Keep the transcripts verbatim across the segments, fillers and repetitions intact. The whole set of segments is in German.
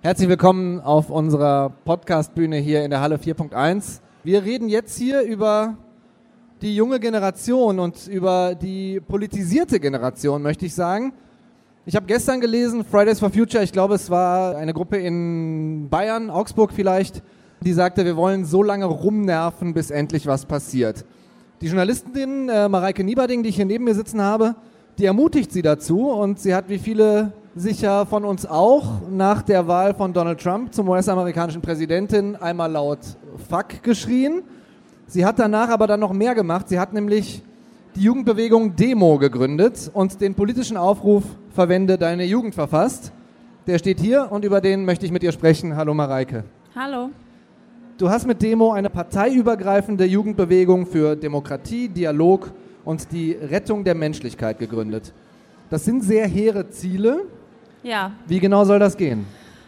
Herzlich willkommen auf unserer Podcast-Bühne hier in der Halle vier Punkt eins. Wir reden jetzt hier über die junge Generation und über die politisierte Generation, möchte ich sagen. Ich habe gestern gelesen, Fridays for Future, ich glaube, es war eine Gruppe in Bayern, Augsburg vielleicht, die sagte, wir wollen so lange rumnerven, bis endlich was passiert. Die Journalistin äh, Mareike Nieberding, die ich hier neben mir sitzen habe, die ermutigt sie dazu und sie hat, wie viele sicher von uns auch, nach der Wahl von Donald Trump zum U S-amerikanischen Präsidenten einmal laut Fuck geschrien. Sie hat danach aber dann noch mehr gemacht. Sie hat nämlich die Jugendbewegung Demo gegründet und den politischen Aufruf Verwende deine Jugend verfasst. Der steht hier und über den möchte ich mit ihr sprechen. Hallo Mareike. Hallo. Du hast mit Demo eine parteiübergreifende Jugendbewegung für Demokratie, Dialog und die Rettung der Menschlichkeit gegründet. Das sind sehr hehre Ziele. Ja. Wie genau soll das gehen?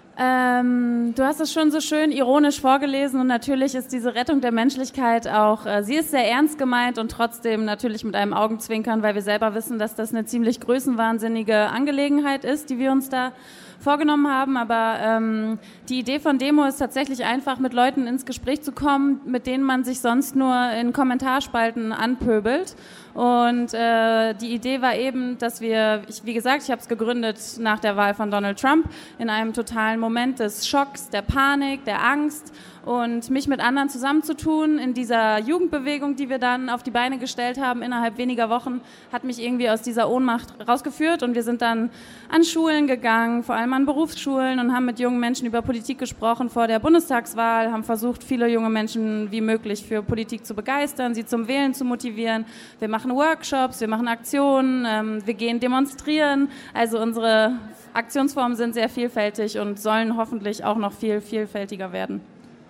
Ähm, du hast es schon so schön ironisch vorgelesen und natürlich ist diese Rettung der Menschlichkeit auch, äh, sie ist sehr ernst gemeint und trotzdem natürlich mit einem Augenzwinkern, weil wir selber wissen, dass das eine ziemlich größenwahnsinnige Angelegenheit ist, die wir uns da vorgenommen haben, aber ähm, die Idee von Demo ist tatsächlich einfach, mit Leuten ins Gespräch zu kommen, mit denen man sich sonst nur in Kommentarspalten anpöbelt. Und äh, die Idee war eben, dass wir, ich, wie gesagt, ich habe es gegründet nach der Wahl von Donald Trump, in einem totalen Moment des Schocks, der Panik, der Angst und mich mit anderen zusammenzutun in dieser Jugendbewegung, die wir dann auf die Beine gestellt haben, innerhalb weniger Wochen, hat mich irgendwie aus dieser Ohnmacht rausgeführt und wir sind dann an Schulen gegangen, vor allem an Berufsschulen und haben mit jungen Menschen über Politik gesprochen vor der Bundestagswahl, haben versucht, viele junge Menschen wie möglich für Politik zu begeistern, sie zum Wählen zu motivieren. Wir machen Workshops, wir machen Aktionen, ähm, wir gehen demonstrieren, also unsere Aktionsformen sind sehr vielfältig und sollen hoffentlich auch noch viel vielfältiger werden.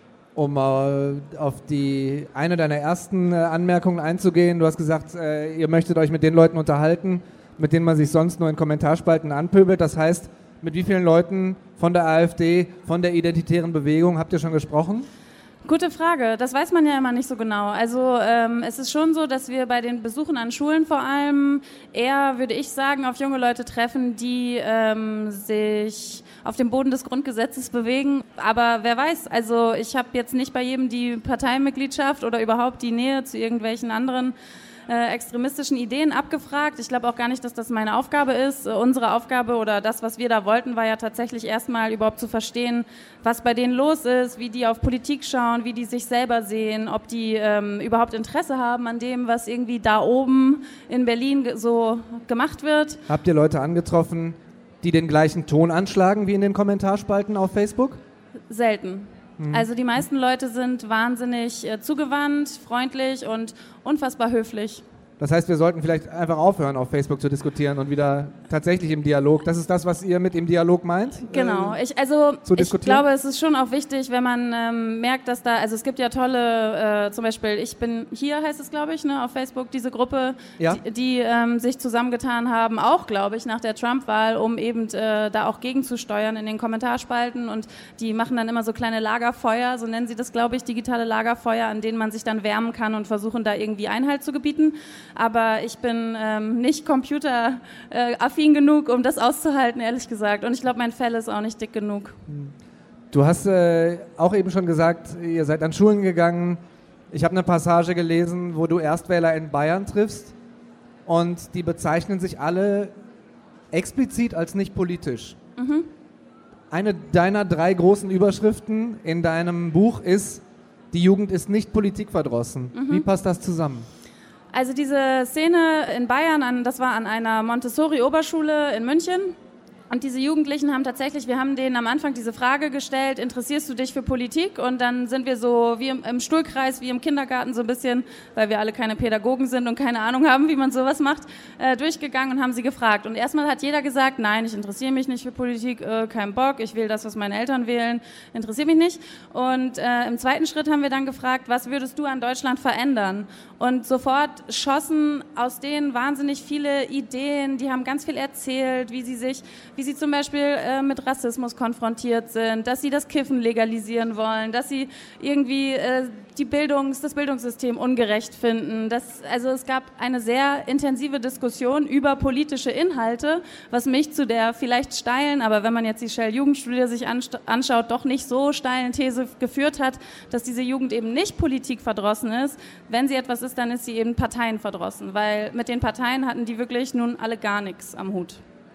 Um äh, auf die eine deiner ersten äh, Anmerkungen einzugehen, du hast gesagt, äh, ihr möchtet euch mit den Leuten unterhalten, mit denen man sich sonst nur in Kommentarspalten anpöbelt. Das heißt, mit wie vielen Leuten von der AfD, von der Identitären Bewegung habt ihr schon gesprochen? Gute Frage, das weiß man ja immer nicht so genau. Also ähm, es ist schon so, dass wir bei den Besuchen an Schulen vor allem eher, würde ich sagen, auf junge Leute treffen, die ähm, sich auf dem Boden des Grundgesetzes bewegen. Aber wer weiß, also ich habe jetzt nicht bei jedem die Parteimitgliedschaft oder überhaupt die Nähe zu irgendwelchen anderen Äh, extremistischen Ideen abgefragt. Ich glaube auch gar nicht, dass das meine Aufgabe ist. Äh, unsere Aufgabe oder das, was wir da wollten, war ja tatsächlich erstmal überhaupt zu verstehen, was bei denen los ist, wie die auf Politik schauen, wie die sich selber sehen, ob die ähm, überhaupt Interesse haben an dem, was irgendwie da oben in Berlin ge- so gemacht wird. Habt ihr Leute angetroffen, die den gleichen Ton anschlagen wie in den Kommentarspalten auf Facebook? Selten. Also die meisten Leute sind wahnsinnig äh, zugewandt, freundlich und unfassbar höflich. Das heißt, wir sollten vielleicht einfach aufhören, auf Facebook zu diskutieren und wieder tatsächlich im Dialog. Das ist das, was ihr mit im Dialog meint? Genau. Äh, Ich, also zu ich diskutieren? glaube, es ist schon auch wichtig, wenn man ähm, merkt, dass da, also es gibt ja tolle, äh, zum Beispiel, ich bin hier, heißt es, glaube ich, ne, auf Facebook, diese Gruppe, Ja. die, die ähm, sich zusammengetan haben, auch, glaube ich, nach der Trump-Wahl, um eben äh, da auch gegenzusteuern in den Kommentarspalten und die machen dann immer so kleine Lagerfeuer, so nennen sie das, glaube ich, digitale Lagerfeuer, an denen man sich dann wärmen kann und versuchen, da irgendwie Einhalt zu gebieten. Aber ich bin ähm, nicht computeraffin genug, um das auszuhalten, ehrlich gesagt. Und ich glaube, mein Fell ist auch nicht dick genug. Du hast äh, auch eben schon gesagt, ihr seid an Schulen gegangen. Ich habe eine Passage gelesen, wo du Erstwähler in Bayern triffst und die bezeichnen sich alle explizit als nicht politisch. Mhm. Eine deiner drei großen Überschriften in deinem Buch ist, die Jugend ist nicht politikverdrossen. Mhm. Wie passt das zusammen? Also diese Szene in Bayern, an, das war an einer Montessori-Oberschule in München. Und diese Jugendlichen haben tatsächlich, wir haben denen am Anfang diese Frage gestellt, interessierst du dich für Politik? Und dann sind wir so wie im, im Stuhlkreis, wie im Kindergarten so ein bisschen, weil wir alle keine Pädagogen sind und keine Ahnung haben, wie man sowas macht, äh, durchgegangen und haben sie gefragt. Und erstmal hat jeder gesagt, nein, ich interessiere mich nicht für Politik, äh, kein Bock, ich will das, was meine Eltern wählen, interessiert mich nicht. Und äh, im zweiten Schritt haben wir dann gefragt, was würdest du an Deutschland verändern? Und sofort schossen aus denen wahnsinnig viele Ideen, die haben ganz viel erzählt, wie sie sich, wie sie zum Beispiel äh, mit Rassismus konfrontiert sind, dass sie das Kiffen legalisieren wollen, dass sie irgendwie äh, die Bildungs-, das Bildungssystem ungerecht finden. Das, also es gab eine sehr intensive Diskussion über politische Inhalte, was mich zu der vielleicht steilen, aber wenn man jetzt die Shell-Jugendstudie sich anschaut, doch nicht so steilen These geführt hat, dass diese Jugend eben nicht politikverdrossen ist. Wenn sie etwas ist, dann ist sie eben parteienverdrossen, weil mit den Parteien hatten die wirklich nun alle gar nichts am Hut.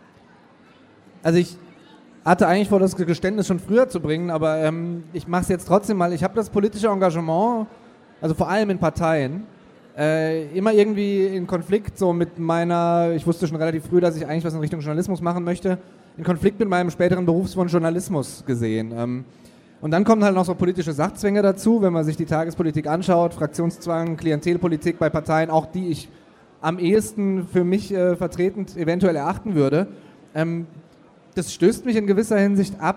Also ich hatte eigentlich vor, das Geständnis schon früher zu bringen, aber ähm, ich mache es jetzt trotzdem mal. Ich habe das politische Engagement, also vor allem in Parteien, äh, immer irgendwie in Konflikt so mit meiner, ich wusste schon relativ früh, dass ich eigentlich was in Richtung Journalismus machen möchte, in Konflikt mit meinem späteren Berufswunsch Journalismus gesehen. Ähm, und dann kommen halt noch so politische Sachzwänge dazu, wenn man sich die Tagespolitik anschaut, Fraktionszwang, Klientelpolitik bei Parteien, auch die ich am ehesten für mich äh, vertretend eventuell erachten würde. Ähm, Das stößt mich in gewisser Hinsicht ab.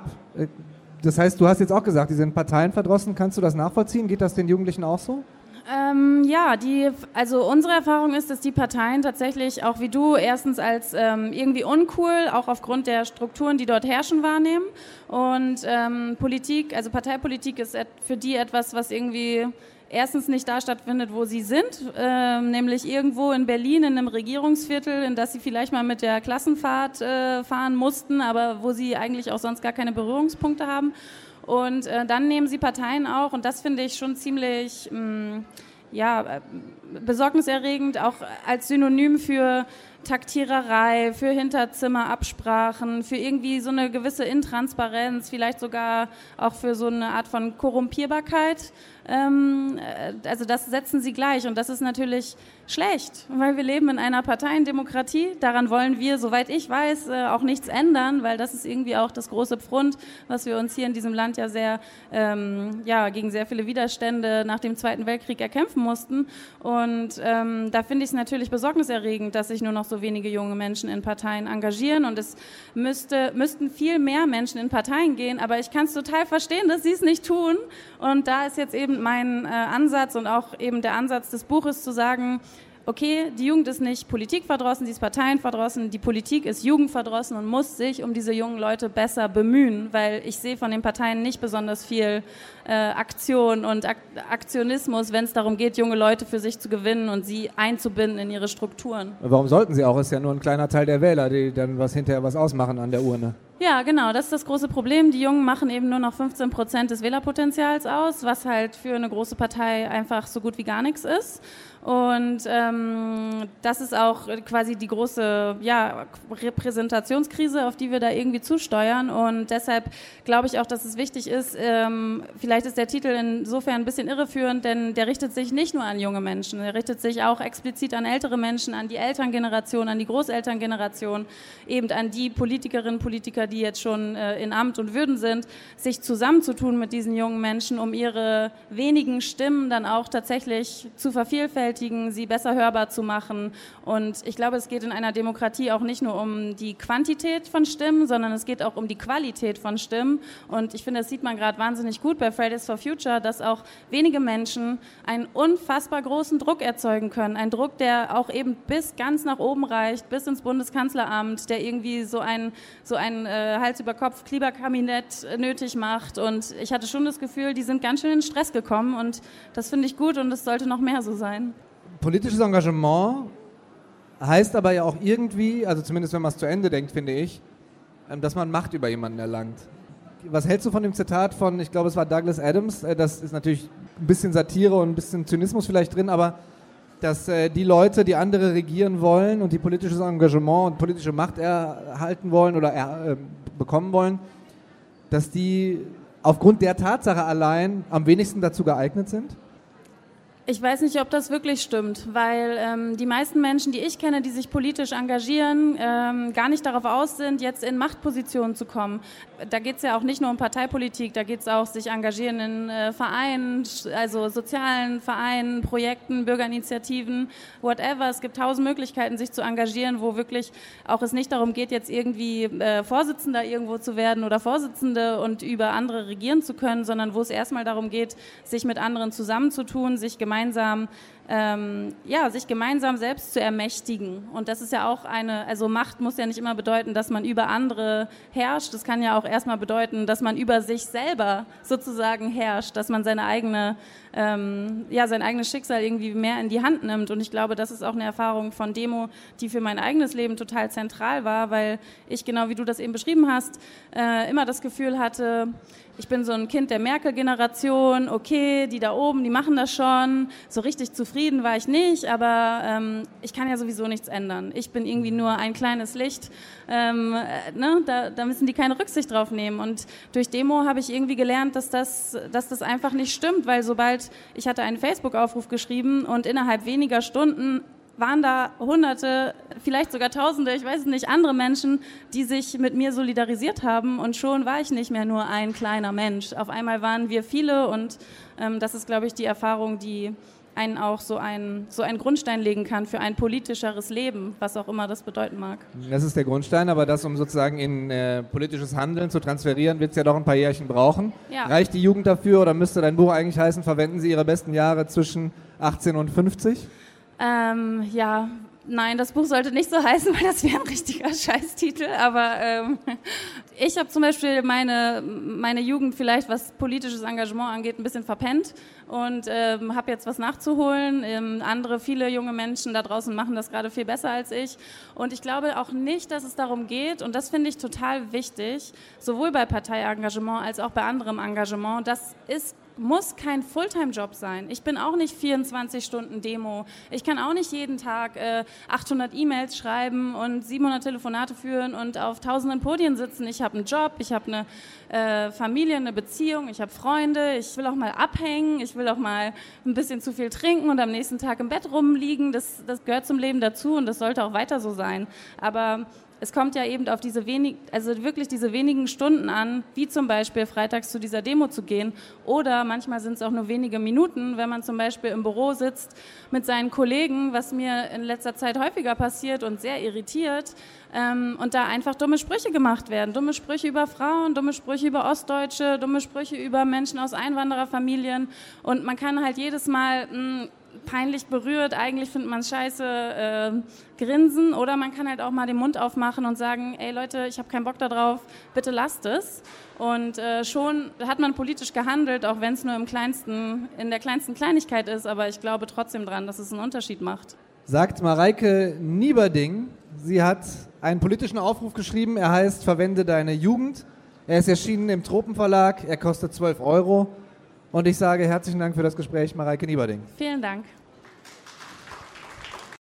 Das heißt, du hast jetzt auch gesagt, die sind parteienverdrossen. Kannst du das nachvollziehen? Geht das den Jugendlichen auch so? Ähm, ja, die, also unsere Erfahrung ist, dass die Parteien tatsächlich, auch wie du, erstens als ähm, irgendwie uncool, auch aufgrund der Strukturen, die dort herrschen, wahrnehmen. Und ähm, Politik, also Parteipolitik ist et- für die etwas, was irgendwie erstens nicht da stattfindet, wo sie sind, äh, nämlich irgendwo in Berlin in einem Regierungsviertel, in das sie vielleicht mal mit der Klassenfahrt äh, fahren mussten, aber wo sie eigentlich auch sonst gar keine Berührungspunkte haben. Und äh, dann nehmen sie Parteien auch, und das finde ich schon ziemlich mh, ja, besorgniserregend, auch als Synonym für Taktiererei, für Hinterzimmerabsprachen, für irgendwie so eine gewisse Intransparenz, vielleicht sogar auch für so eine Art von Korrumpierbarkeit. Ähm, also das setzen sie gleich, und das ist natürlich schlecht, weil wir leben in einer Parteiendemokratie. Daran wollen wir, soweit ich weiß, auch nichts ändern, weil das ist irgendwie auch das große Pfund, was wir uns hier in diesem Land ja sehr, ähm, ja, gegen sehr viele Widerstände nach dem Zweiten Weltkrieg erkämpfen mussten. Und ähm, da finde ich es natürlich besorgniserregend, dass sich nur noch so wenige junge Menschen in Parteien engagieren, und es müsste, müssten viel mehr Menschen in Parteien gehen, aber ich kann es total verstehen, dass sie es nicht tun, und da ist jetzt eben mein äh, Ansatz und auch eben der Ansatz des Buches zu sagen, okay, die Jugend ist nicht politikverdrossen, sie ist parteienverdrossen, die Politik ist jugendverdrossen und muss sich um diese jungen Leute besser bemühen, weil ich sehe von den Parteien nicht besonders viel äh, Aktion und Ak- Aktionismus, wenn es darum geht, junge Leute für sich zu gewinnen und sie einzubinden in ihre Strukturen. Warum sollten sie auch? Es ist ja nur ein kleiner Teil der Wähler, die dann was hinterher was ausmachen an der Urne. Ja, genau, das ist das große Problem. Die Jungen machen eben nur noch fünfzehn Prozent des Wählerpotenzials aus, was halt für eine große Partei einfach so gut wie gar nichts ist. Und ähm, das ist auch quasi die große ja, Repräsentationskrise, auf die wir da irgendwie zusteuern. Und deshalb glaube ich auch, dass es wichtig ist, ähm, vielleicht ist der Titel insofern ein bisschen irreführend, denn der richtet sich nicht nur an junge Menschen, der richtet sich auch explizit an ältere Menschen, an die Elterngeneration, an die Großelterngeneration, eben an die Politikerinnen und Politiker, die jetzt schon äh, in Amt und Würden sind, sich zusammenzutun mit diesen jungen Menschen, um ihre wenigen Stimmen dann auch tatsächlich zu vervielfältigen, sie besser hörbar zu machen. Und ich glaube, es geht in einer Demokratie auch nicht nur um die Quantität von Stimmen, sondern es geht auch um die Qualität von Stimmen. Und ich finde, das sieht man gerade wahnsinnig gut bei Fridays for Future, dass auch wenige Menschen einen unfassbar großen Druck erzeugen können. Ein Druck, der auch eben bis ganz nach oben reicht, bis ins Bundeskanzleramt, der irgendwie so ein, so ein äh, Hals-über-Kopf-Klimakabinett nötig macht. Und ich hatte schon das Gefühl, die sind ganz schön in Stress gekommen. Und das finde ich gut, und es sollte noch mehr so sein. Politisches Engagement heißt aber ja auch irgendwie, also zumindest wenn man es zu Ende denkt, finde ich, dass man Macht über jemanden erlangt. Was hältst du von dem Zitat von, ich glaube es war Douglas Adams, das ist natürlich ein bisschen Satire und ein bisschen Zynismus vielleicht drin, aber dass äh, die Leute, die andere regieren wollen und die politisches Engagement und politische Macht erhalten wollen oder er, äh, bekommen wollen, dass die aufgrund der Tatsache allein am wenigsten dazu geeignet sind? Ich weiß nicht, ob das wirklich stimmt, weil ähm, die meisten Menschen, die ich kenne, die sich politisch engagieren, ähm, gar nicht darauf aus sind, jetzt in Machtpositionen zu kommen. Da geht es ja auch nicht nur um Parteipolitik, da geht es auch, sich engagieren in äh, Vereinen, also sozialen Vereinen, Projekten, Bürgerinitiativen, whatever. Es gibt tausend Möglichkeiten, sich zu engagieren, wo wirklich auch es nicht darum geht, jetzt irgendwie äh, Vorsitzender irgendwo zu werden oder Vorsitzende und über andere regieren zu können, sondern wo es erstmal darum geht, sich mit anderen zusammenzutun, sich gemeinsam ähm, ja, sich gemeinsam selbst zu ermächtigen. Und das ist ja auch eine, also Macht muss ja nicht immer bedeuten, dass man über andere herrscht. Das kann ja auch erstmal bedeuten, dass man über sich selber sozusagen herrscht, dass man seine eigene, ähm, ja, sein eigenes Schicksal irgendwie mehr in die Hand nimmt. Und ich glaube, das ist auch eine Erfahrung von Demo, die für mein eigenes Leben total zentral war, weil ich, genau wie du das eben beschrieben hast, äh, immer das Gefühl hatte, ich bin so ein Kind der Merkel-Generation, okay, die da oben, die machen das schon, so richtig zufrieden war ich nicht, aber ähm, ich kann ja sowieso nichts ändern. Ich bin irgendwie nur ein kleines Licht, ähm, äh, ne? da, da müssen die keine Rücksicht drauf nehmen. Und durch Demo habe ich irgendwie gelernt, dass das, dass das einfach nicht stimmt, weil sobald, ich hatte einen Facebook-Aufruf geschrieben und innerhalb weniger Stunden waren da Hunderte, vielleicht sogar Tausende, ich weiß es nicht, andere Menschen, die sich mit mir solidarisiert haben und schon war ich nicht mehr nur ein kleiner Mensch. Auf einmal waren wir viele und ähm, das ist, glaube ich, die Erfahrung, die einen auch so ein, so einen Grundstein legen kann für ein politischeres Leben, was auch immer das bedeuten mag. Das ist der Grundstein, aber das, um sozusagen in äh, politisches Handeln zu transferieren, wird es ja doch ein paar Jährchen brauchen. Ja. Reicht die Jugend dafür oder müsste dein Buch eigentlich heißen, verwenden Sie Ihre besten Jahre zwischen achtzehn und fünfzig? Ähm, ja, nein, das Buch sollte nicht so heißen, weil das wäre ein richtiger Scheißtitel, aber ähm, ich habe zum Beispiel meine, meine Jugend vielleicht, was politisches Engagement angeht, ein bisschen verpennt und ähm, habe jetzt was nachzuholen. Ähm, andere, viele junge Menschen da draußen machen das gerade viel besser als ich und ich glaube auch nicht, dass es darum geht, und das finde ich total wichtig, sowohl bei Parteiengagement als auch bei anderem Engagement, das ist muss kein Fulltime-Job sein. Ich bin auch nicht vierundzwanzig Stunden Demo. Ich kann auch nicht jeden Tag äh, achthundert E-Mails schreiben und siebenhundert Telefonate führen und auf tausenden Podien sitzen. Ich habe einen Job, ich habe eine äh, Familie, eine Beziehung, ich habe Freunde, ich will auch mal abhängen, ich will auch mal ein bisschen zu viel trinken und am nächsten Tag im Bett rumliegen. Das, das gehört zum Leben dazu und das sollte auch weiter so sein. Aber es kommt ja eben auf diese wenig, also wirklich diese wenigen Stunden an, wie zum Beispiel freitags zu dieser Demo zu gehen. Oder manchmal sind es auch nur wenige Minuten, wenn man zum Beispiel im Büro sitzt mit seinen Kollegen, was mir in letzter Zeit häufiger passiert und sehr irritiert, ähm, und da einfach dumme Sprüche gemacht werden. Dumme Sprüche über Frauen, dumme Sprüche über Ostdeutsche, dumme Sprüche über Menschen aus Einwandererfamilien. Und man kann halt jedes Mal mh, peinlich berührt, eigentlich findet man es scheiße, äh, grinsen, oder man kann halt auch mal den Mund aufmachen und sagen, ey Leute, ich habe keinen Bock da drauf, bitte lasst es. Und äh, schon hat man politisch gehandelt, auch wenn es nur im kleinsten, in der kleinsten Kleinigkeit ist, aber ich glaube trotzdem dran, dass es einen Unterschied macht. Sagt Mareike Nieberding. Sie hat einen politischen Aufruf geschrieben, er heißt Verwende deine Jugend. Er ist erschienen im Tropenverlag, er kostet zwölf Euro. Und ich sage herzlichen Dank für das Gespräch, Mareike Nieberding. Vielen Dank.